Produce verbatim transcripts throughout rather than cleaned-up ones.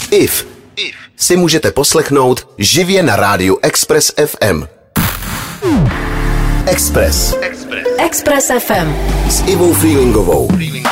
If si můžete poslechnout živě na rádiu Express F M. Express. Express. Express F M. S Ivou Freelingovou.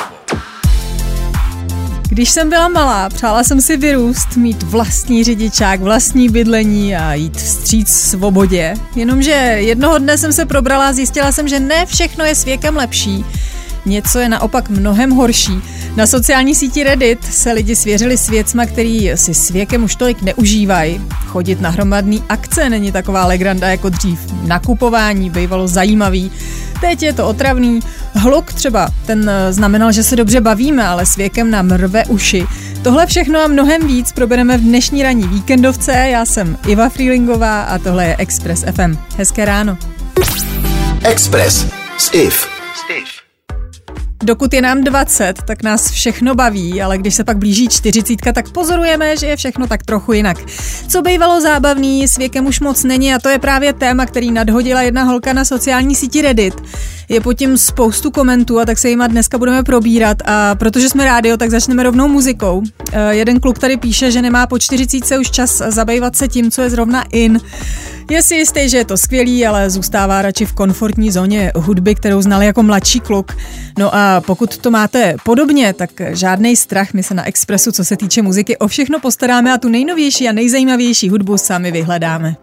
Když jsem byla malá, přála jsem si vyrůst, mít vlastní řidičák, vlastní bydlení a jít vstříc svobodě. Jenomže jednoho dne jsem se probrala a zjistila jsem, že ne všechno je s věkem lepší. Něco je naopak mnohem horší. Na sociální síti Reddit se lidi svěřili s věcma, který si s věkem už tolik neužívají. Chodit na hromadný akce není taková legranda jako dřív. Nakupování bývalo zajímavý. Teď je to otravný. Hluk třeba, ten znamenal, že se dobře bavíme, ale s věkem nám rve uši. Tohle všechno a mnohem víc probereme v dnešní ranní víkendovce. Já jsem Iva Freelingová a tohle je Express F M. Hezké ráno. Express s Iv. Dokud je nám dvacet, tak nás všechno baví, ale když se pak blíží čtyřicítka, tak pozorujeme, že je všechno tak trochu jinak. Co bývalo zábavný, s věkem už moc není a to je právě téma, který nadhodila jedna holka na sociální síti Reddit. Je pod tím spoustu komentů a tak se jima dneska budeme probírat a protože jsme rádio, tak začneme rovnou muzikou. E, jeden kluk tady píše, že nemá po čtyřicítce už čas zabývat se tím, co je zrovna in. Je si jistý, že je to skvělý, ale zůstává radši v komfortní zóně hudby, kterou znal jako mladší kluk. No a pokud to máte podobně, tak žádnej strach, my se na Expressu, co se týče muziky, o všechno postaráme a tu nejnovější a nejzajímavější hudbu sami vyhledáme.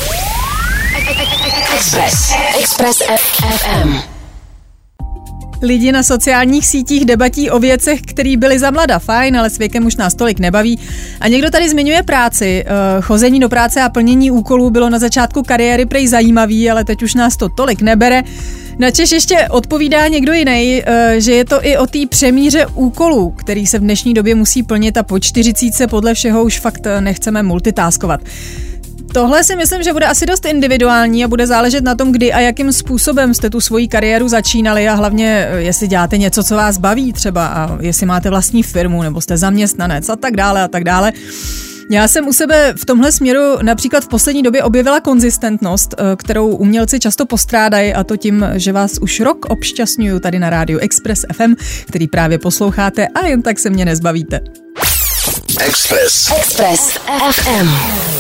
Express. Express F M. Lidi na sociálních sítích debatí o věcech, které byly za mlada fajn, ale s věkem už nás tolik nebaví. A někdo tady zmiňuje práci. Chození do práce a plnění úkolů bylo na začátku kariéry prej zajímavý, ale teď už nás to tolik nebere. Načež ještě odpovídá někdo jiný, že je to i o té přemíře úkolů, který se v dnešní době musí plnit a po čtyřicítce podle všeho už fakt nechceme multitaskovat. Tohle si myslím, že bude asi dost individuální a bude záležet na tom, kdy a jakým způsobem jste tu svoji kariéru začínali a hlavně, jestli děláte něco, co vás baví třeba a jestli máte vlastní firmu nebo jste zaměstnanec a tak dále a tak dále. Já jsem u sebe v tomhle směru například v poslední době objevila konzistentnost, kterou umělci často postrádají a to tím, že vás už rok obšťastňuju tady na rádiu Express F M, který právě posloucháte a jen tak se mě nezbavíte. Express. Express F M.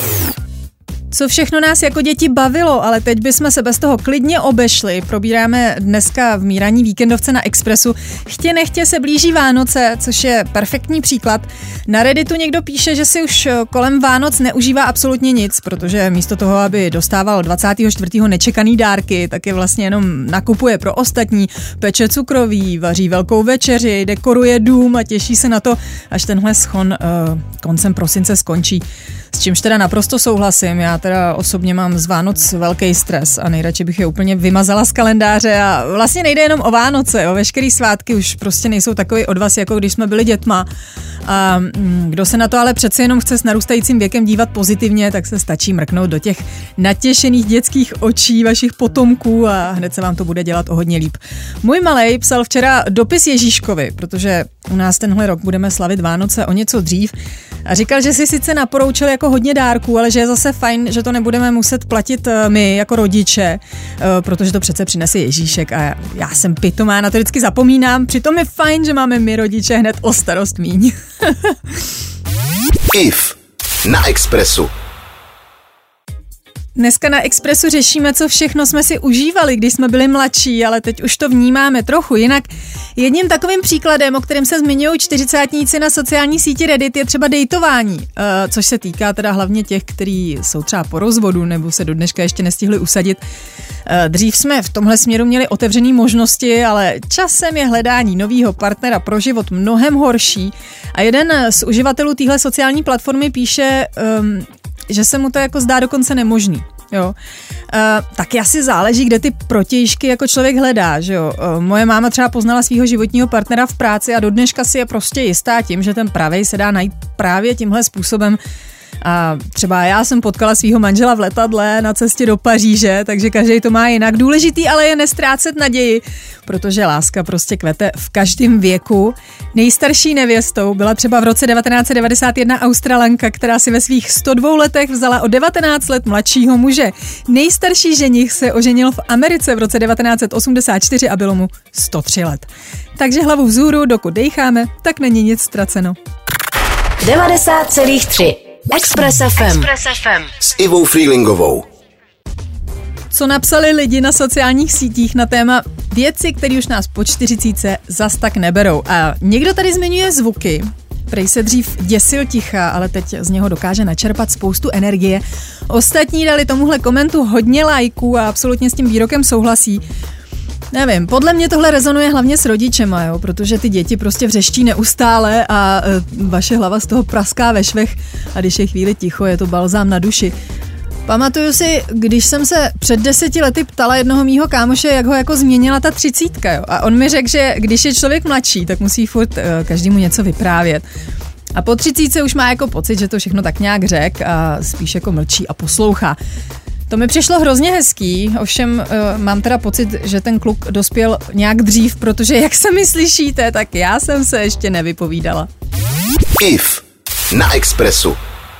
Co všechno nás jako děti bavilo, ale teď bychom se bez toho klidně obešli. Probíráme dneska v míraní víkendovce na Expressu. Chtě nechtě se blíží Vánoce, což je perfektní příklad. Na Redditu někdo píše, že si už kolem Vánoc neužívá absolutně nic, protože místo toho, aby dostával dvacátého čtvrtého nečekaný dárky, tak je vlastně jenom nakupuje pro ostatní, peče cukroví, vaří velkou večeři, dekoruje dům a těší se na to, až tenhle schon uh, koncem prosince skončí. S čímž teda naprosto souhlasím, já teda osobně mám z Vánoc velký stres a nejradši bych je úplně vymazala z kalendáře a vlastně nejde jenom o Vánoce, o veškerý svátky už prostě nejsou takový odvaz, jako když jsme byli dětma. A kdo se na to ale přece jenom chce s narůstajícím věkem dívat pozitivně, tak se stačí mrknout do těch natěšených dětských očí vašich potomků a hned se vám to bude dělat o hodně líp. Můj malej psal včera dopis Ježíškovi, protože u nás tenhle rok budeme slavit Vánoce o něco dřív a říkal, že si sice naporoučil jako hodně dárků, ale že je zase fajn, že to nebudeme muset platit my jako rodiče, protože to přece přinese Ježíšek a já jsem pitomá, na to vždycky zapomínám, přitom je fajn, že máme my rodiče hned o starost míň. If na Expressu. Dneska na Expressu řešíme, co všechno jsme si užívali, když jsme byli mladší, ale teď už to vnímáme trochu jinak. Jedním takovým příkladem, o kterém se zmiňují čtyřicátníci na sociální síti Reddit, je třeba dejtování, což se týká teda hlavně těch, kteří jsou třeba po rozvodu nebo se do dneška ještě nestihli usadit. Dřív jsme v tomhle směru měli otevřené možnosti, ale časem je hledání nového partnera pro život mnohem horší. A jeden z uživatelů téhle sociální platformy píše, um, že se mu to jako zdá dokonce nemožný. Jo. Uh, taky asi záleží, kde ty protějšky jako člověk hledá, že jo. Uh, moje máma třeba poznala svého životního partnera v práci a do dneška si je prostě jistá tím, že ten pravej se dá najít právě tímhle způsobem. A třeba já jsem potkala svého manžela v letadle na cestě do Paříže, takže každý to má jinak. Důležitý ale je nestrácet naději, protože láska prostě kvete v každém věku. Nejstarší nevěstou byla třeba v roce devatenáct set devadesát jedna Australanka, která si ve svých sto dvou letech vzala o devatenáct let mladšího muže. Nejstarší ženich se oženil v Americe v roce devatenáct set osmdesát čtyři a bylo mu sto tři let. Takže hlavu vzhůru, dokud dejcháme, tak není nic ztraceno. devadesát celá tři. Express ef em. Express ef em. S Ivou Freelingovou. Co napsali lidi na sociálních sítích na téma věci, které už nás po čtyřicítce zas tak neberou. A někdo tady zmiňuje zvuky. Prej se dřív děsil ticha, ale teď z něho dokáže načerpat spoustu energie. Ostatní dali tomuhle komentu hodně lajků a absolutně s tím výrokem souhlasí. Nevím, podle mě tohle rezonuje hlavně s rodičema, jo, protože ty děti prostě vřeští neustále a e, vaše hlava z toho praská ve švech a když je chvíli ticho, je to balzám na duši. Pamatuju si, když jsem se před deseti lety ptala jednoho mýho kámoše, jak ho jako změnila ta třicítka, jo, a on mi řekl, že když je člověk mladší, tak musí furt e, každému něco vyprávět. A po třicítce už má jako pocit, že to všechno tak nějak řek a spíš jako mlčí a poslouchá. To mi přišlo hrozně hezký, ovšem uh, mám teda pocit, že ten kluk dospěl nějak dřív, protože jak se mi slyšíte, tak já jsem se ještě nevypovídala. If na Expressu.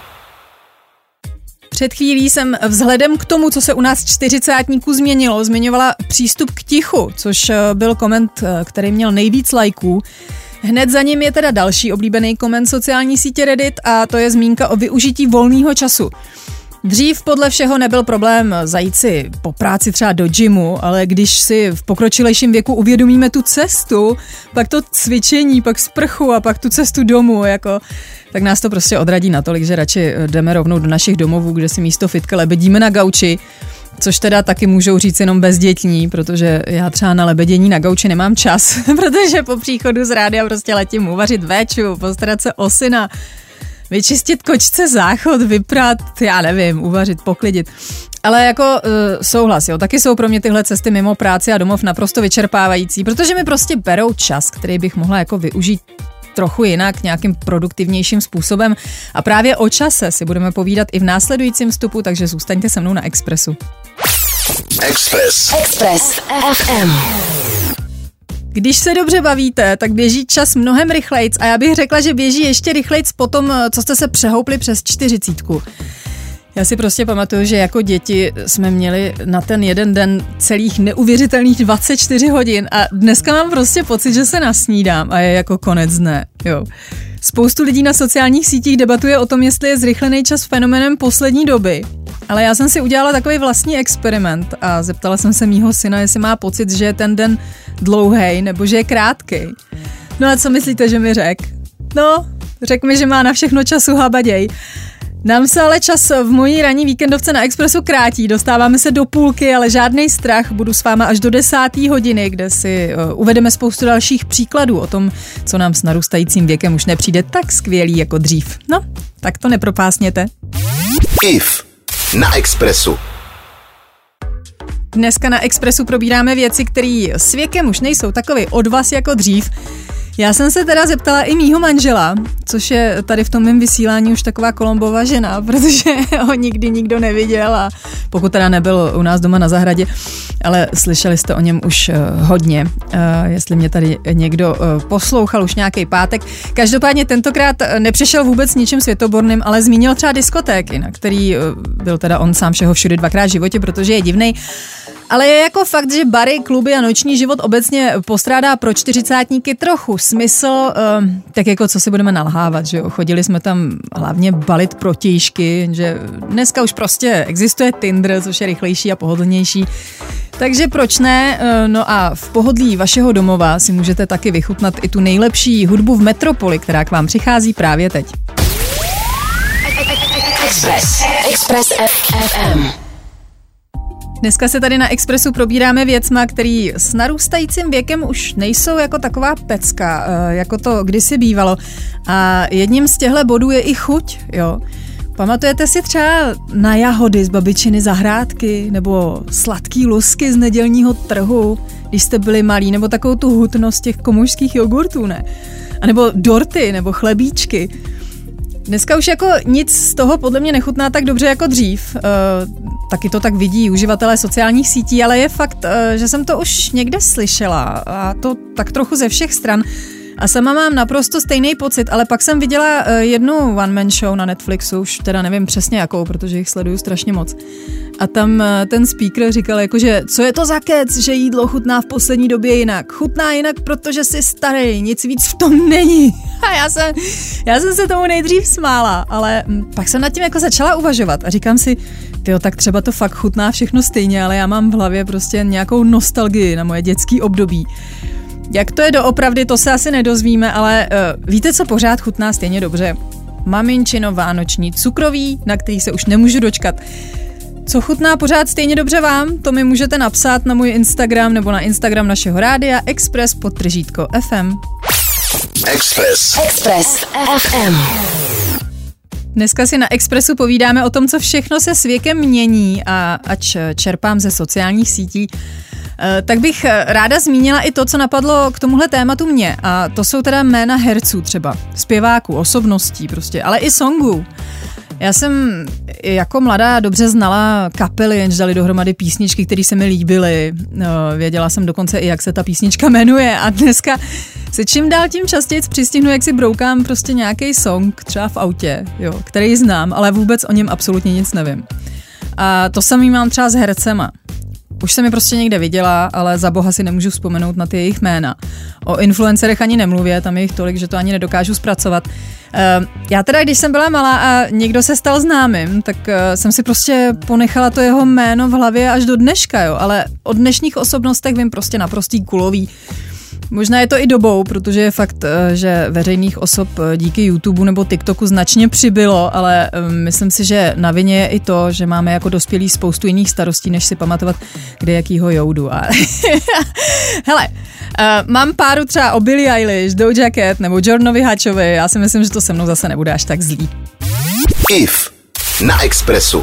Před chvílí jsem vzhledem k tomu, co se u nás čtyřicátníků změnilo, zmiňovala přístup k tichu, což byl koment, který měl nejvíc lajků. Hned za ním je teda další oblíbený koment sociální sítě Reddit a to je zmínka o využití volného času. Dřív podle všeho nebyl problém zajít si po práci třeba do gymu, ale když si v pokročilejším věku uvědomíme tu cestu, pak to cvičení, pak sprchu a pak tu cestu domů, jako, tak nás to prostě odradí natolik, že radši jdeme rovnou do našich domovů, kde si místo fitka lebedíme na gauči, což teda taky můžou říct jenom bezdětní, protože já třeba na lebedění na gauči nemám čas, protože po příchodu z rádia prostě letím uvařit véču, postarat se o syna, vyčistit kočce záchod, vyprat, já nevím, uvařit, poklidit. Ale jako uh, souhlas, jo, taky jsou pro mě tyhle cesty mimo práci a domov naprosto vyčerpávající, protože mi prostě berou čas, který bych mohla jako využít trochu jinak, nějakým produktivnějším způsobem. A právě o čase si budeme povídat i v následujícím vstupu, takže zůstaňte se mnou na Expressu. Express. Express ef em. Když se dobře bavíte, tak běží čas mnohem rychlejc a já bych řekla, že běží ještě rychlejc po tom, co jste se přehoupli přes čtyřicítku. Já si prostě pamatuju, že jako děti jsme měli na ten jeden den celých neuvěřitelných dvacet čtyři hodin a dneska mám prostě pocit, že se nasnídám a je jako konec dne, jo. Spoustu lidí na sociálních sítích debatuje o tom, jestli je zrychlený čas fenomenem poslední doby. Ale já jsem si udělala takový vlastní experiment a zeptala jsem se mýho syna, jestli má pocit, že je ten den dlouhej nebo že je krátkej. No a co myslíte, že mi řek? No, řek mi, že má na všechno času habaděj. Nám se ale čas v mojí ranní víkendovce na Expressu krátí, dostáváme se do půlky, ale žádnej strach, budu s váma až do desáté hodiny, kde si uh, uvedeme spoustu dalších příkladů o tom, co nám s narůstajícím věkem už nepřijde tak skvělý jako dřív. No, tak to nepropásněte. If na Expressu. Dneska na Expressu probíráme věci, které s věkem už nejsou takový odvaz jako dřív. Já jsem se teda zeptala i mýho manžela, což je tady v tom mém vysílání už taková Kolombova žena, protože ho nikdy nikdo neviděl a pokud teda nebyl u nás doma na zahradě, ale slyšeli jste o něm už uh, hodně, uh, jestli mě tady někdo uh, poslouchal už nějaký pátek. Každopádně tentokrát nepřišel vůbec ničím světoborným, ale zmínil třeba diskotéky, na který uh, byl teda on sám všeho všude dvakrát v životě, protože je divnej. Ale je jako fakt, že bary, kluby a noční život obecně postrádá pro čtyřicátníky trochu smysl, um, tak jako co si budeme nalhávat, že jo? Chodili jsme tam hlavně balit protějšky, že dneska už prostě existuje Tinder, což je rychlejší a pohodlnější. Takže proč ne? No a v pohodlí vašeho domova si můžete taky vychutnat i tu nejlepší hudbu v metropoli, která k vám přichází právě teď. Express. Express ef em. Dneska se tady na Expressu probíráme věcma, který s narůstajícím věkem už nejsou jako taková pecka, jako to kdysi bývalo. A jedním z těchto bodů je i chuť, jo. Pamatujete si třeba na jahody z babičiny zahrádky, nebo sladký lusky z nedělního trhu, když jste byli malí, nebo takovou tu hutnost těch komužských jogurtů, ne? A nebo dorty, nebo chlebíčky. Dneska už jako nic z toho podle mě nechutná tak dobře jako dřív. E, taky to tak vidí uživatelé sociálních sítí, ale je fakt, e, že jsem to už někde slyšela a to tak trochu ze všech stran. A sama mám naprosto stejný pocit, ale pak jsem viděla e, jednu one-man show na Netflixu, už teda nevím přesně jakou, protože jich sleduju strašně moc. A tam e, ten speaker říkal jakože, co je to za kec, že jídlo chutná v poslední době jinak. Chutná jinak, protože jsi starý, nic víc v tom není. A já jsem, já jsem se tomu nejdřív smála, ale pak jsem nad tím jako začala uvažovat a říkám si, tyjo, tak třeba to fakt chutná všechno stejně, ale já mám v hlavě prostě nějakou nostalgii na moje dětské období. Jak to je doopravdy, to se asi nedozvíme, ale uh, víte, co pořád chutná stejně dobře? Maminčino vánoční cukroví, na který se už nemůžu dočkat. Co chutná pořád stejně dobře vám? To mi můžete napsat na můj Instagram nebo na Instagram našeho rádia Express podtržítko F M. Express. Express F M. Dneska si na Expressu povídáme o tom, co všechno se s věkem mění a ač čerpám ze sociálních sítí, tak bych ráda zmínila i to, co napadlo k tomuhle tématu mě. A to jsou teda jména herců třeba, zpěváků, osobností prostě, ale i songů. Já jsem jako mladá dobře znala kapely, jenž dali dohromady písničky, které se mi líbily. Věděla jsem dokonce i, jak se ta písnička jmenuje a dneska se čím dál tím častěji přistihnu, jak si broukám prostě nějaký song, třeba v autě, jo, který znám, ale vůbec o něm absolutně nic nevím. A to samý mám třeba s hercema. Už jsem je prostě někde viděla, ale za boha si nemůžu vzpomenout na ty jejich jména. O influencerech ani nemluvě, tam je jich tolik, že to ani nedokážu zpracovat. Já teda, když jsem byla malá a někdo se stal známým, tak jsem si prostě ponechala to jeho jméno v hlavě až do dneška, jo. Ale o dnešních osobnostech vím prostě naprostý kulový. Možná je to i dobou, protože je fakt, že veřejných osob díky YouTube nebo TikToku značně přibylo, ale myslím si, že na vině je i to, že máme jako dospělí spoustu jiných starostí, než si pamatovat, kde jakýho joudu. A hele, mám páru třeba o Billie Eilish, Doja Cat nebo Jornovi Hatchovi, já si myslím, že to se mnou zase nebude až tak zlý. If na Expressu.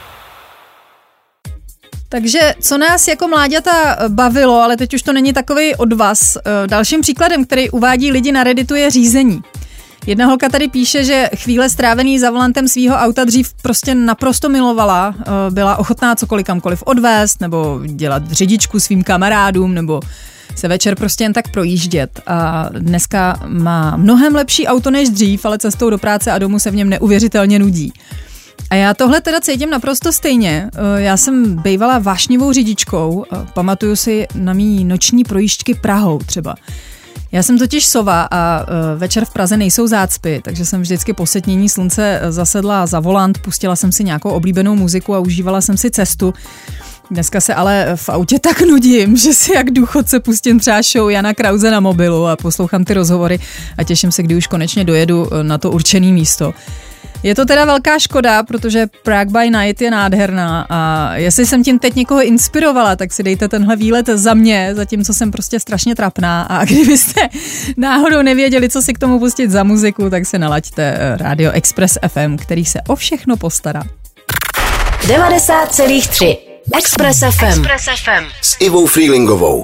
Takže co nás jako mláďata bavilo, ale teď už to není takový odvaz. Dalším příkladem, který uvádí lidi na Redditu, je řízení. Jedna holka tady píše, že chvíle strávený za volantem svýho auta dřív prostě naprosto milovala, byla ochotná cokoliv kamkoliv odvést, nebo dělat řidičku svým kamarádům, nebo se večer prostě jen tak projíždět. A dneska má mnohem lepší auto než dřív, ale cestou do práce a domů se v něm neuvěřitelně nudí. A já tohle teda cítím naprosto stejně. Já jsem bývala vášnivou řidičkou, pamatuju si na mý noční projížďky Prahou třeba. Já jsem totiž sova a večer v Praze nejsou zácpy, takže jsem vždycky po setnění slunce zasedla za volant, pustila jsem si nějakou oblíbenou muziku a užívala jsem si cestu. Dneska se ale v autě tak nudím, že si jak důchodce pustím třeba show Jana Krause na mobilu a poslouchám ty rozhovory a těším se, kdy už konečně dojedu na to určené místo. Je to teda velká škoda, protože Prague by Night je nádherná a jestli jsem tím teď někoho inspirovala, tak si dejte tenhle výlet za mě, zatímco jsem prostě strašně trapná a kdybyste náhodou nevěděli, co si k tomu pustit za muziku, tak se nalaďte Radio Express F M, který se o všechno postará. devadesát celá tři Express F M. Express F M. S Ivou Freelingovou.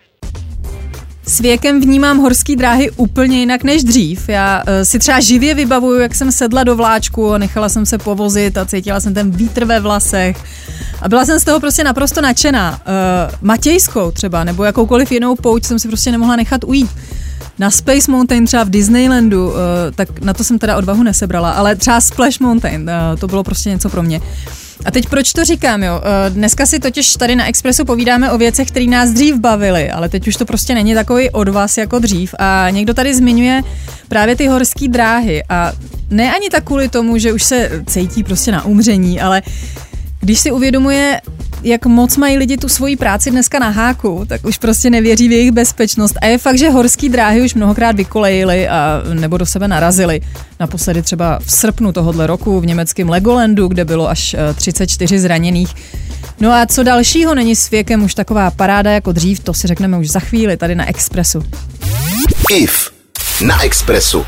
S věkem vnímám horský dráhy úplně jinak než dřív. Já uh, si třeba živě vybavuju, jak jsem sedla do vláčku a nechala jsem se povozit a cítila jsem ten vítr ve vlasech. A byla jsem z toho prostě naprosto nadšená. Uh, Matějskou třeba, nebo jakoukoliv jinou pouť jsem si prostě nemohla nechat ujít. Na Space Mountain třeba v Disneylandu, uh, tak na to jsem teda odvahu nesebrala, ale třeba Splash Mountain, uh, to bylo prostě něco pro mě. A teď proč to říkám, jo? Dneska si totiž tady na Expressu povídáme o věcech, které nás dřív bavily, ale teď už to prostě není takový odvaz jako dřív a někdo tady zmiňuje právě ty horský dráhy a ne ani tak kvůli tomu, že už se cítí prostě na umření, ale když si uvědomuje, jak moc mají lidi tu svoji práci dneska na háku, tak už prostě nevěří v jejich bezpečnost. A je fakt, že horský dráhy už mnohokrát vykolejily a nebo do sebe narazily. Naposledy třeba v srpnu tohohle roku v německém Legolandu, kde bylo až třicet čtyři zraněných. No a co dalšího není s věkem už taková paráda jako dřív, to si řekneme už za chvíli tady na Expressu. If na Expressu.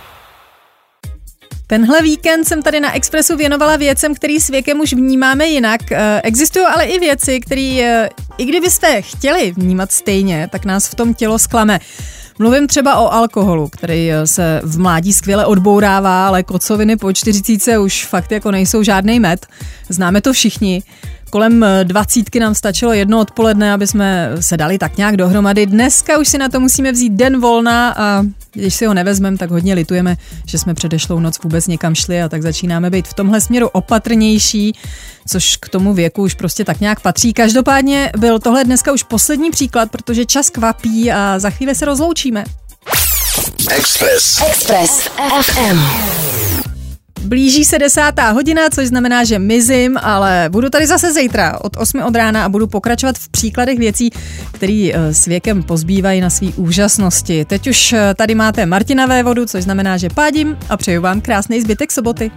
Tenhle víkend jsem tady na Expressu věnovala věcem, který s věkem už vnímáme jinak. Existují ale i věci, které, i kdybyste chtěli vnímat stejně, tak nás v tom tělo zklame. Mluvím třeba o alkoholu, který se v mládí skvěle odbourává, ale kocoviny po čtyřicítce už fakt jako nejsou žádnej med. Známe to všichni. Kolem dvacítky nám stačilo jedno odpoledne, aby jsme se dali tak nějak dohromady. Dneska už si na to musíme vzít den volna a když si ho nevezmeme, tak hodně litujeme, že jsme předešlou noc vůbec někam šli a tak začínáme být v tomhle směru opatrnější, což k tomu věku už prostě tak nějak patří. Každopádně byl tohle dneska už poslední příklad, protože čas kvapí a za chvíli se rozloučíme. Express. Express ef em. Blíží se desátá hodina, což znamená, že mizím, ale budu tady zase zítra od osmi od rána a budu pokračovat v příkladech věcí, které s věkem pozbývají na své úžasnosti. Teď už tady máte Martina Vévodu, což znamená, že pádím a přeju vám krásný zbytek soboty.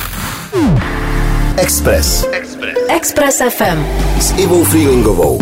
Express. Express. Express ef em. S Ivou Freelingovou.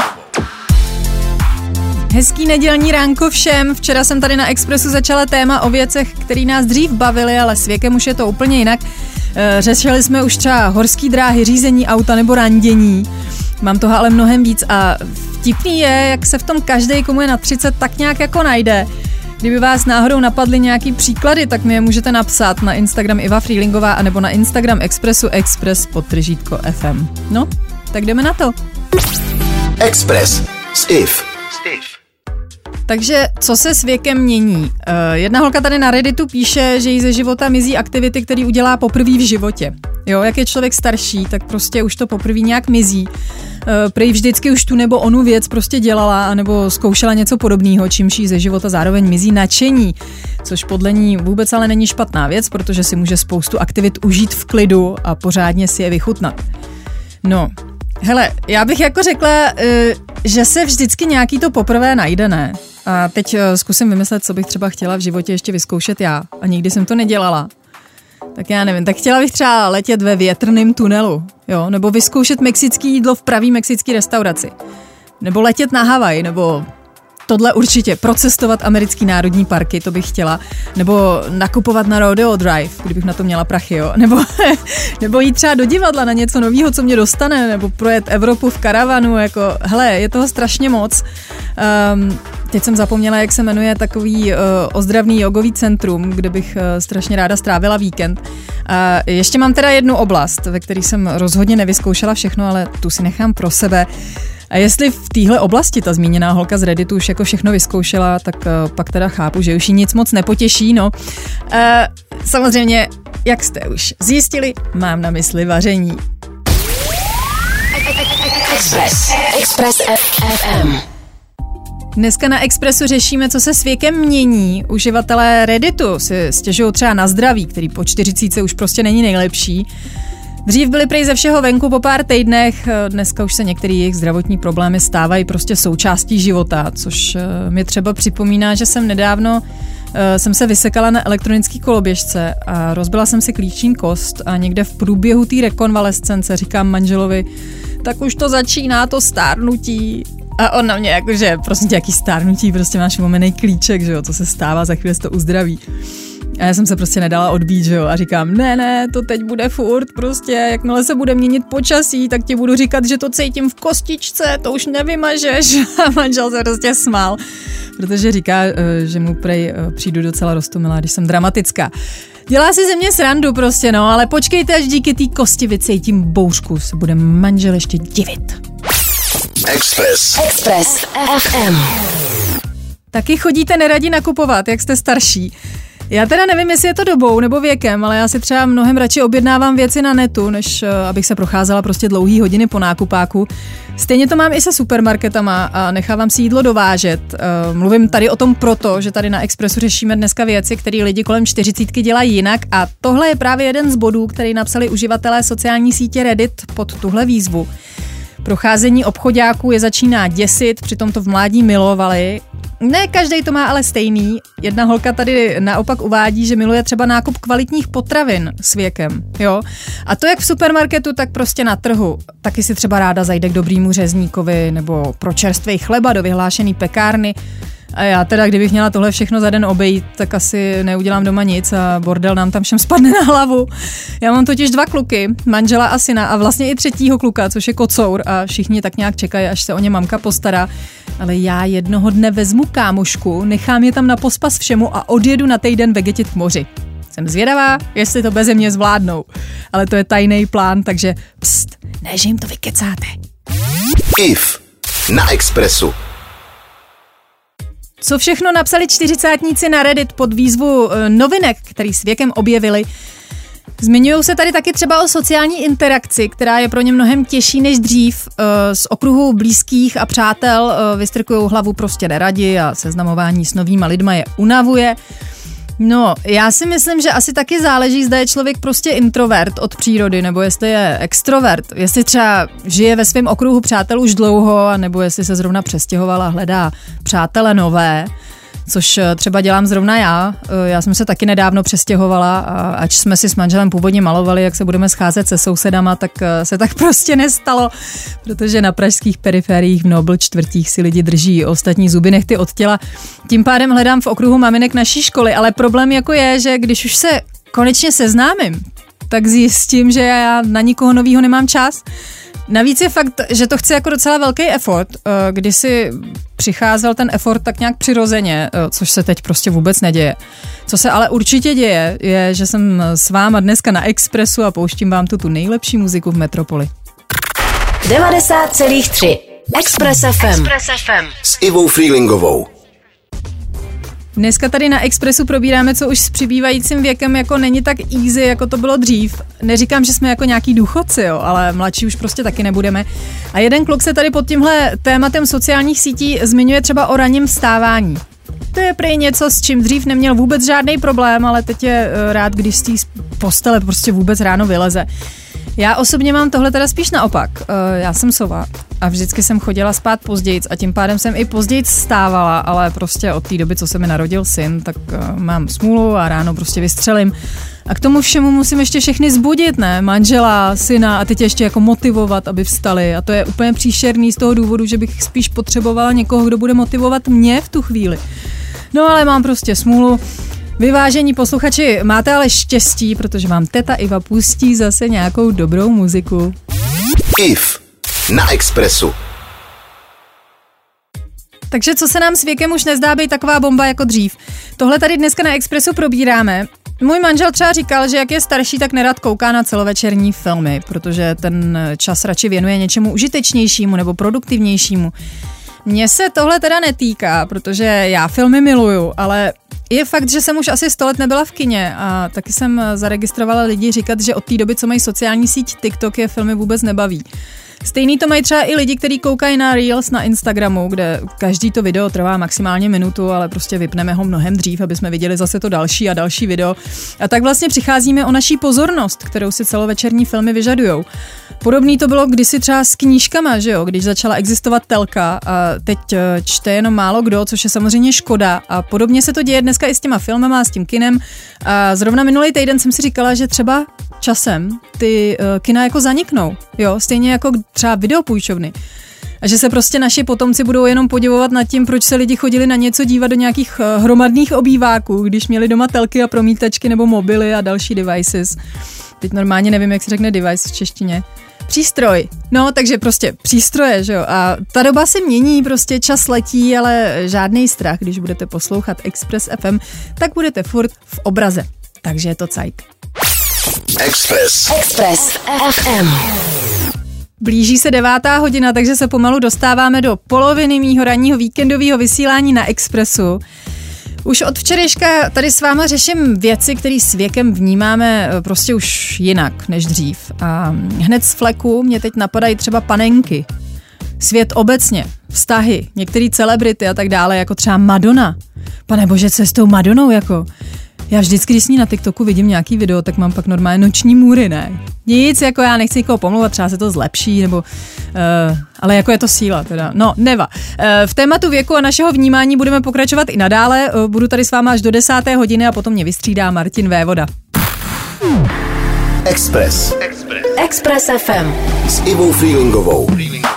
Hezký nedělní ránko všem. Včera jsem tady na Expressu začala téma o věcech, které nás dřív bavily, ale s věkem už je to úplně jinak. Řešili jsme už třeba horský dráhy, řízení auta nebo randění. Mám toho ale mnohem víc a vtipný je, jak se v tom každej, komu je na třicet, tak nějak jako najde. Kdyby vás náhodou napadly nějaký příklady, tak mi je můžete napsat na Instagram Iva Freelingová anebo na Instagram Expressu Express podtržítko ef em. No, tak jdeme na to. Express s Iv. Takže co se s věkem mění? Uh, jedna holka tady na Redditu píše, že jí ze života mizí aktivity, které udělá poprvé v životě. Jo, jak je člověk starší, tak prostě už to poprvé nějak mizí. Uh, prej vždycky už tu nebo onu věc prostě dělala, anebo zkoušela něco podobného, čímž jí ze života zároveň mizí nadšení, což podle ní vůbec ale není špatná věc, protože si může spoustu aktivit užít v klidu a pořádně si je vychutnat. No, hele, já bych jako řekla, uh, že se vždycky nějaký to poprvé najde, ne? A teď zkusím vymyslet, co bych třeba chtěla v životě ještě vyzkoušet já. A nikdy jsem to nedělala. Tak já nevím, tak chtěla bych třeba letět ve větrném tunelu, jo? Nebo vyzkoušet mexický jídlo v pravý mexický restauraci. Nebo letět na Havaj, nebo tohle určitě, procestovat americký národní parky, to bych chtěla. Nebo nakupovat na Rodeo Drive, kdybych na to měla prachy, jo. Nebo, nebo jít třeba do divadla na něco nového, co mě dostane, nebo projet Evropu v karavanu, jako, hele, je toho strašně moc. Um, teď jsem zapomněla, jak se jmenuje takový uh, ozdravný jogový centrum, kde bych uh, strašně ráda strávila víkend. Uh, ještě mám teda jednu oblast, ve které jsem rozhodně nevyzkoušela všechno, ale tu si nechám pro sebe. A jestli v téhle oblasti ta zmíněná holka z Redditu už jako všechno vyzkoušela, tak uh, pak teda chápu, že už jí nic moc nepotěší, no. Uh, samozřejmě, jak jste už zjistili, mám na mysli vaření. Express. Express ef em. Dneska na Expressu řešíme, co se s věkem mění. Uživatelé Redditu si stěžují třeba na zdraví, který po čtyřicítce už prostě není nejlepší. Dřív byli prej ze všeho venku po pár týdnech, dneska už se některé jejich zdravotní problémy stávají prostě součástí života, což mě třeba připomíná, že jsem nedávno jsem se vysekala na elektronické koloběžce a rozbila jsem si klíční kost a někde v průběhu té rekonvalescence říkám manželovi, tak už to začíná to stárnutí. A on na mě jakože, prosím tě, jaký stárnutí, prostě máš momenej klíček, že jo, co se stává, za chvíli se to uzdraví. A já jsem se prostě nedala odbít, že jo, a říkám, ne, ne, to teď bude furt, prostě, jakmile se bude měnit počasí, tak ti budu říkat, že to cítím v kostičce, to už nevymažeš. A manžel se prostě smál, protože říká, že mu prej přijdu docela roztomilá, když jsem dramatická. Dělá si ze mě srandu prostě, no, ale počkejte, až díky té kosti vycítím bouřku, se bude manžel ještě divit. Express. Express ef em. Taky chodíte neradi nakupovat, jak jste starší. Já teda nevím, jestli je to dobou nebo věkem, ale já si třeba mnohem radši objednávám věci na netu, než uh, abych se procházela prostě dlouhý hodiny po nákupáku. Stejně to mám i se supermarketama a nechávám si jídlo dovážet. Uh, mluvím tady o tom proto, že tady na Expressu řešíme dneska věci, které lidi kolem čtyřicítky dělají jinak a tohle je právě jeden z bodů, který napsali uživatelé sociální sítě Reddit pod tuhle výzvu. Procházení obchoďáků je začíná děsit, přitom to v mládí milovali. Ne každej to má ale stejný. Jedna holka tady naopak uvádí, že miluje třeba nákup kvalitních potravin s věkem. Jo? A to jak v supermarketu, tak prostě na trhu. Taky si třeba ráda zajde k dobrýmu řezníkovi nebo pro čerstvej chleba do vyhlášený pekárny. A já teda, kdybych měla tohle všechno za den obejít, tak asi neudělám doma nic a bordel nám tam všem spadne na hlavu. Já mám totiž dva kluky, manžela a syna a vlastně i třetího kluka, což je kocour a všichni tak nějak čekají, až se o ně mamka postará. Ale já jednoho dne vezmu kámošku, nechám je tam na pospas všemu a odjedu na týden vegetit k moři. Jsem zvědavá, jestli to beze mě zvládnou. Ale to je tajný plán, takže pst, ne, že jim to vykecáte. Iv na Expressu. Co všechno napsali čtyřicátníci na Reddit pod výzvu novinek, který s věkem objevili. Zmiňují se tady taky třeba o sociální interakci, která je pro ně mnohem těžší než dřív. Z okruhu blízkých a přátel vystrkují hlavu prostě neradi a seznamování s novýma lidma je unavuje. No, já si myslím, že asi taky záleží, zda je člověk prostě introvert od přírody, nebo jestli je extrovert. Jestli třeba žije ve svém okruhu přátel už dlouho, nebo jestli se zrovna přestěhoval a hledá přátele nové, což třeba dělám zrovna já. Já jsem se taky nedávno přestěhovala a ač jsme si s manželem původně malovali, jak se budeme scházet se sousedama, tak se tak prostě nestalo, protože na pražských periferiích v Nobl čtvrtích si lidi drží ostatní zuby nehty od těla. Tím pádem hledám v okruhu maminek naší školy, ale problém jako je, že když už se konečně seznámím, tak zjistím, že já na nikoho novýho nemám čas. Navíc je fakt, že to chce jako docela velký effort, když si přicházel ten effort tak nějak přirozeně, což se teď prostě vůbec neděje. Co se ale určitě děje, je, že jsem s váma dneska na Expressu a pouštím vám tu tu nejlepší muziku v metropoli. devadesát celá tři Express ef em. Express ef em. S Ivou Freelingovou. Dneska tady na Expressu probíráme, co už s přibývajícím věkem jako není tak easy, jako to bylo dřív. Neříkám, že jsme jako nějaký důchodci, jo, ale mladší už prostě taky nebudeme. A jeden kluk se tady pod tímhle tématem sociálních sítí zmiňuje třeba o ranním vstávání. To je prý něco, s čím dřív neměl vůbec žádný problém, ale teď je rád, když z té postele prostě vůbec ráno vyleze. Já osobně mám tohle teda spíš naopak. Já jsem sova a vždycky jsem chodila spát později a tím pádem jsem i později vstávala, ale prostě od té doby, co se mi narodil syn, tak mám smůlu a ráno prostě vystřelím. A k tomu všemu musím ještě všechny zbudit, ne? Manžela, syna a teď ještě jako motivovat, aby vstali. A to je úplně příšerný z toho důvodu, že bych spíš potřebovala někoho, kdo bude motivovat mě v tu chvíli. No ale mám prostě smůlu. Vyvážení posluchači, máte ale štěstí, protože vám teta Iva pustí zase nějakou dobrou muziku. Iv na Expressu. Takže co se nám s věkem už nezdá být taková bomba jako dřív. Tohle tady dneska na Expressu probíráme. Můj manžel třeba říkal, že jak je starší, tak nerad kouká na celovečerní filmy, protože ten čas radši věnuje něčemu užitečnějšímu nebo produktivnějšímu. Mně se tohle teda netýká, protože já filmy miluju, ale je fakt, že jsem už asi sto let nebyla v kině a taky jsem zaregistrovala lidi říkat, že od té doby, co mají sociální síť TikTok, je filmy vůbec nebaví. Stejný to mají třeba i lidi, kteří koukají na Reels na Instagramu, kde každý to video trvá maximálně minutu, ale prostě vypneme ho mnohem dřív, aby jsme viděli zase to další a další video. A tak vlastně přicházíme o naší pozornost, kterou si celovečerní filmy vyžadujou. Podobný to bylo kdysi třeba s knížkama, že jo, když začala existovat telka a teď čte jenom málo kdo, což je samozřejmě škoda a podobně se to děje dneska i s těma filmama, s tím kinem. A zrovna minulý týden jsem si říkala, že třeba časem ty uh, kina jako zaniknou, jo, stejně jako třeba videopůjčovny. A že se prostě naši potomci budou jenom podivovat nad tím, proč se lidi chodili na něco dívat do nějakých uh, hromadných obýváků, když měli doma telky a promítačky nebo mobily a další devices. Teď normálně nevím, jak se řekne device v češtině. Přístroj. No, takže prostě přístroje, že jo. A ta doba se mění, prostě čas letí, ale žádný strach, když budete poslouchat Express ef em, tak budete furt v obraze. Takže je to cajk. Express. Express ef em. Blíží se devátá hodina, takže se pomalu dostáváme do poloviny mýho ranního víkendového vysílání na Expressu. Už od včerejška tady s váma řeším věci, které s věkem vnímáme prostě už jinak než dřív. A hned z fleku mě teď napadají třeba panenky. Svět obecně, vztahy, některé celebrity a tak dále, jako třeba Madonna. Pane bože, co je s tou Madonou jako? Já vždycky, když s ní na TikToku vidím nějaký video, tak mám pak normálně noční můry, ne? Nic, jako já nechci nikoho pomlouvat, třeba se to zlepší, nebo, uh, ale jako je to síla teda. No, neva. Uh, v tématu věku a našeho vnímání budeme pokračovat i nadále. Uh, budu tady s váma až do desáté hodiny a potom mě vystřídá Martin Vévoda. Express. Express. Express ef em. S Ivou Freelingovou.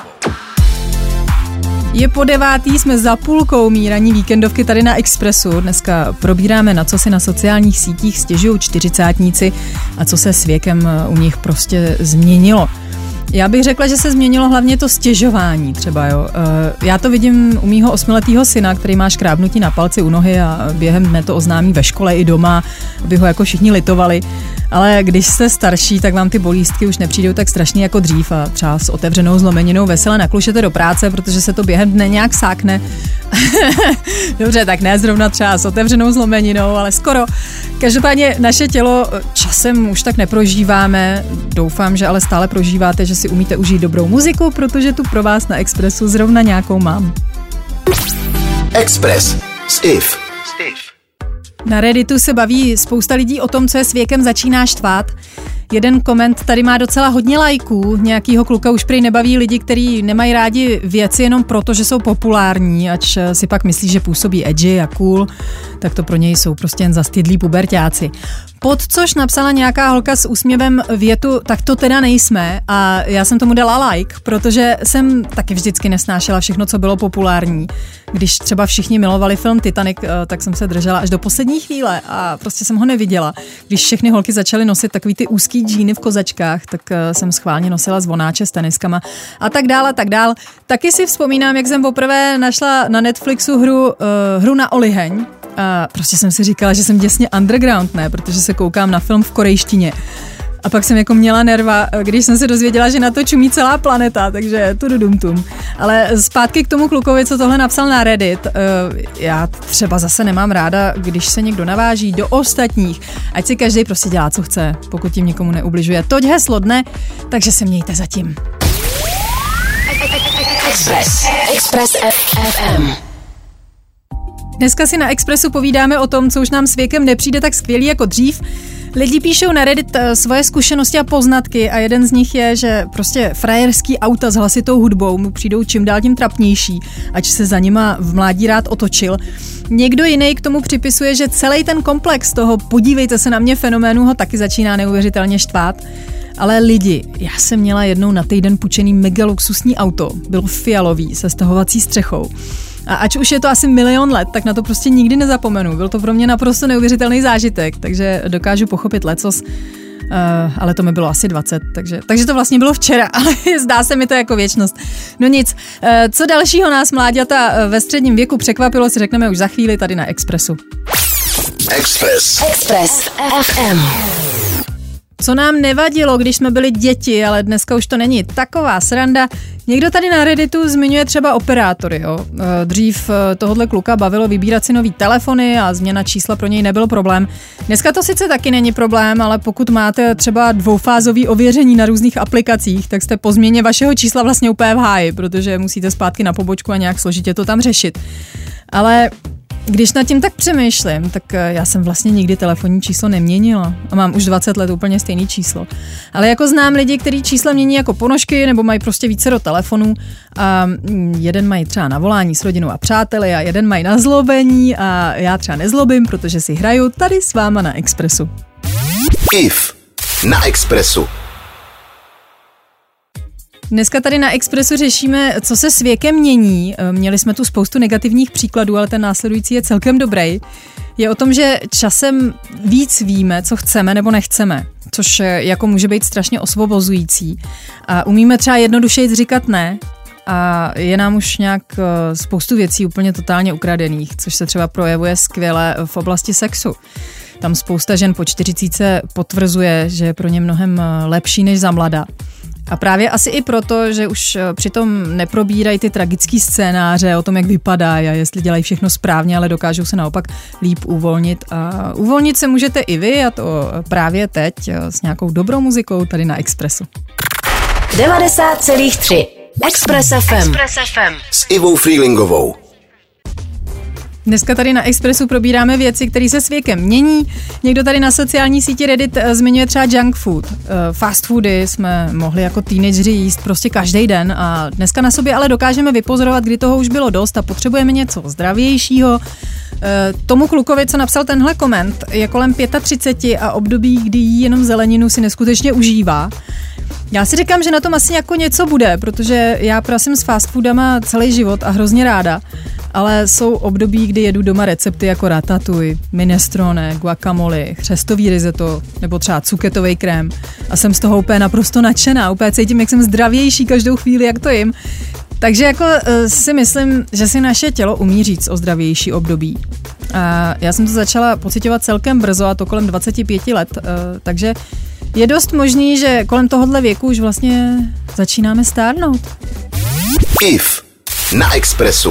Je po devátý, jsme za půlkou mý ranní víkendovky tady na Expressu. Dneska probíráme, na co si na sociálních sítích stěžují čtyřicátníci a co se s věkem u nich prostě změnilo. Já bych řekla, že se změnilo hlavně to stěžování třeba, jo. Já to vidím u mýho osmiletýho syna, který má škrábnutí na palci u nohy a během dne to oznámí ve škole i doma, aby ho jako všichni litovali. Ale když jste starší, tak vám ty bolístky už nepřijdou tak strašně jako dřív a třeba s otevřenou zlomeninou vesele naklušete do práce, protože se to během dne nějak sákne. Dobře, tak ne zrovna třeba s otevřenou zlomeninou, ale skoro. Každopádně naše tělo časem už tak neprožíváme. Doufám, že ale stále prožíváte, že si umíte užít dobrou muziku, protože tu pro vás na Expressu zrovna nějakou mám. Express s I F. Na Redditu se baví spousta lidí o tom, co je s věkem začíná štvát. Jeden koment tady má docela hodně lajků. Nějakýho kluka už prý nebaví lidi, kteří nemají rádi věci jenom proto, že jsou populární, ač si pak myslí, že působí edgy a cool, tak to pro něj jsou prostě jen zastydlí puberťáci. Pod což napsala nějaká holka s úsměvem větu, tak to teda nejsme, a já jsem tomu dala like, protože jsem taky vždycky nesnášela všechno, co bylo populární. Když třeba všichni milovali film Titanic, tak jsem se držela až do poslední chvíle a prostě jsem ho neviděla. Když všechny holky začaly nosit takový ty úzký džíny v kozačkách, tak jsem schválně nosila zvonáče s teniskama a tak dál a tak dál. Taky si vzpomínám, jak jsem poprvé našla na Netflixu hru, uh, hru na oliheň. A prostě jsem si říkala, že jsem děsně underground, ne, protože se koukám na film v korejštině. A pak jsem jako měla nerva, když jsem se dozvěděla, že na to čumí celá planeta, takže tududumtum. Ale zpátky k tomu klukovi, co tohle napsal na Reddit. Já třeba zase nemám ráda, když se někdo naváží do ostatních. Ať si každý prostě dělá, co chce, pokud tím nikomu neubližuje. Toť heslo dne, takže se mějte zatím. Express. Express F M. Dneska si na Expressu povídáme o tom, co už nám s věkem nepřijde tak skvělý jako dřív. Lidi píšou na Reddit svoje zkušenosti a poznatky a jeden z nich je, že prostě frajerský auta s hlasitou hudbou mu přijdou čím dál tím trapnější, ač se za nima v mládí rád otočil. Někdo jiný k tomu připisuje, že celý ten komplex toho podívejte se na mě fenoménu ho taky začíná neuvěřitelně štvát. Ale lidi, já jsem měla jednou na týden půjčený mega luxusní auto, bylo fialový se stahovací střechou. A ač už je to asi milion let, tak na to prostě nikdy nezapomenu. Byl to pro mě naprosto neuvěřitelný zážitek, takže dokážu pochopit lecos, uh, ale to mi bylo asi dvacet, takže, takže to vlastně bylo včera, ale zdá se mi to jako věčnost. No nic, uh, co dalšího nás mláďata ve středním věku překvapilo, si řekneme už za chvíli tady na Expressu. Express. Express F M. Co nám nevadilo, když jsme byli děti, ale dneska už to není taková sranda. Někdo tady na Redditu zmiňuje třeba operátory. Jo. Dřív tohohle kluka bavilo vybírat si nový telefony a změna čísla pro něj nebyl problém. Dneska to sice taky není problém, ale pokud máte třeba dvoufázový ověření na různých aplikacích, tak jste po změně vašeho čísla vlastně úplně v háji, protože musíte zpátky na pobočku a nějak složitě to tam řešit. Ale když nad tím tak přemýšlím, tak já jsem vlastně nikdy telefonní číslo neměnila a mám už dvacet let úplně stejný číslo. Ale jako znám lidi, kteří čísla mění jako ponožky nebo mají prostě více do telefonů a jeden mají třeba na volání s rodinou a přáteli a jeden mají na zlobení a já třeba nezlobím, protože si hraju tady s váma na Expressu. I F na Expressu. Dneska tady na Expressu řešíme, co se s věkem mění. Měli jsme tu spoustu negativních příkladů, ale ten následující je celkem dobrý. Je o tom, že časem víc víme, co chceme nebo nechceme, což jako může být strašně osvobozující. A umíme třeba jednodušeji říkat ne a je nám už nějak spoustu věcí úplně totálně ukradených, což se třeba projevuje skvěle v oblasti sexu. Tam spousta žen po čtyřicítce potvrzuje, že je pro ně mnohem lepší než za mlada. A právě asi i proto, že už přitom neprobírají ty tragický scénáře o tom, jak vypadají a jestli dělají všechno správně, ale dokážou se naopak líp uvolnit. A uvolnit se můžete i vy, a to právě teď s nějakou dobrou muzikou tady na Expressu. devadesát celá tři Express F M. Express F M. S Ivou Freelingovou. Dneska tady na Expressu probíráme věci, které se s věkem mění. Někdo tady na sociální síti Reddit zmiňuje třeba junk food. Fast foody jsme mohli jako teenageři jíst prostě každý den a dneska na sobě ale dokážeme vypozorovat, kdy toho už bylo dost a potřebujeme něco zdravějšího. Tomu klukovi, co napsal tenhle koment, je kolem třicet pět a období, kdy jí jenom zeleninu, si neskutečně užívá. Já si říkám, že na tom asi jako něco bude, protože já prasím s fast foodama celý život a hrozně ráda, ale jsou období, kdy jedu doma recepty jako ratatouille, minestrone, guacamole, chřestový risotto nebo třeba cuketový krém a jsem z toho úplně naprosto nadšená, úplně cítím, jak jsem zdravější každou chvíli, jak to jim. Takže jako si myslím, že si naše tělo umí říct o zdravější období. A já jsem to začala pociťovat celkem brzo, a to kolem dvacet pět let, takže je dost možný, že kolem tohohle věku už vlastně začínáme stárnout. I F na Expressu.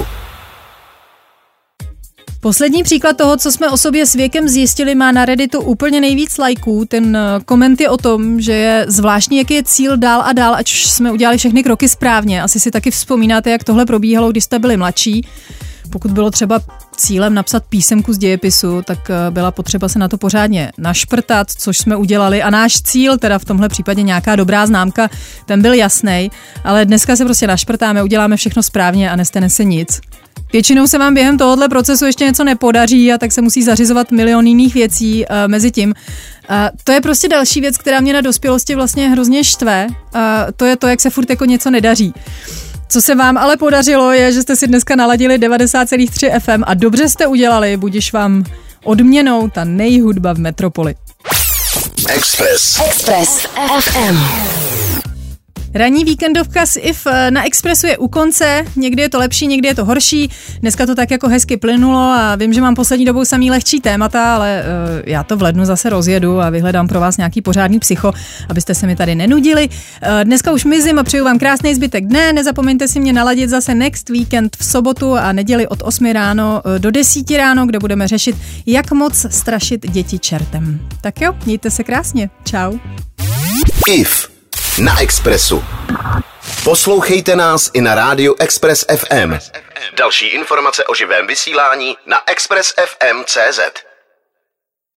Poslední příklad toho, co jsme o sobě s věkem zjistili, má na Redditu úplně nejvíc lajků. Ten koment je o tom, že je zvláštní, jaký je cíl dál a dál, ať jsme udělali všechny kroky správně. Asi si taky vzpomínáte, jak tohle probíhalo, když jste byli mladší. Pokud bylo třeba cílem napsat písemku z dějepisu, tak byla potřeba se na to pořádně našprtat, což jsme udělali. A náš cíl, teda v tomhle případě nějaká dobrá známka, ten byl jasnej, ale dneska se prostě našprtáme, uděláme všechno správně a nestane se nic. Většinou se vám během tohohle procesu ještě něco nepodaří a tak se musí zařizovat milion jiných věcí uh, mezi tím. Uh, to je prostě další věc, která mě na dospělosti vlastně hrozně štve. Uh, to je to, jak se furt jako něco nedaří. Co se vám ale podařilo, je, že jste si dneska naladili devadesát celá tři F M a dobře jste udělali, budiž vám odměnou ta nejhudba v metropoli. Express. Express F M. Ranní víkendovka s I F na Expressu je u konce, někdy je to lepší, někdy je to horší, dneska to tak jako hezky plynulo a vím, že mám poslední dobou samý lehčí témata, ale uh, já to v lednu zase rozjedu a vyhledám pro vás nějaký pořádný psycho, abyste se mi tady nenudili. Uh, dneska už mizím a přeju vám krásný zbytek dne, nezapomeňte si mě naladit zase next weekend v sobotu a neděli od osmi ráno do desíti ráno, kde budeme řešit, jak moc strašit děti čertem. Tak jo, mějte se krásně, čau. I F na Expressu. Poslouchejte nás i na rádiu Express F M. Další informace o živém vysílání na express f m tečka cé zet.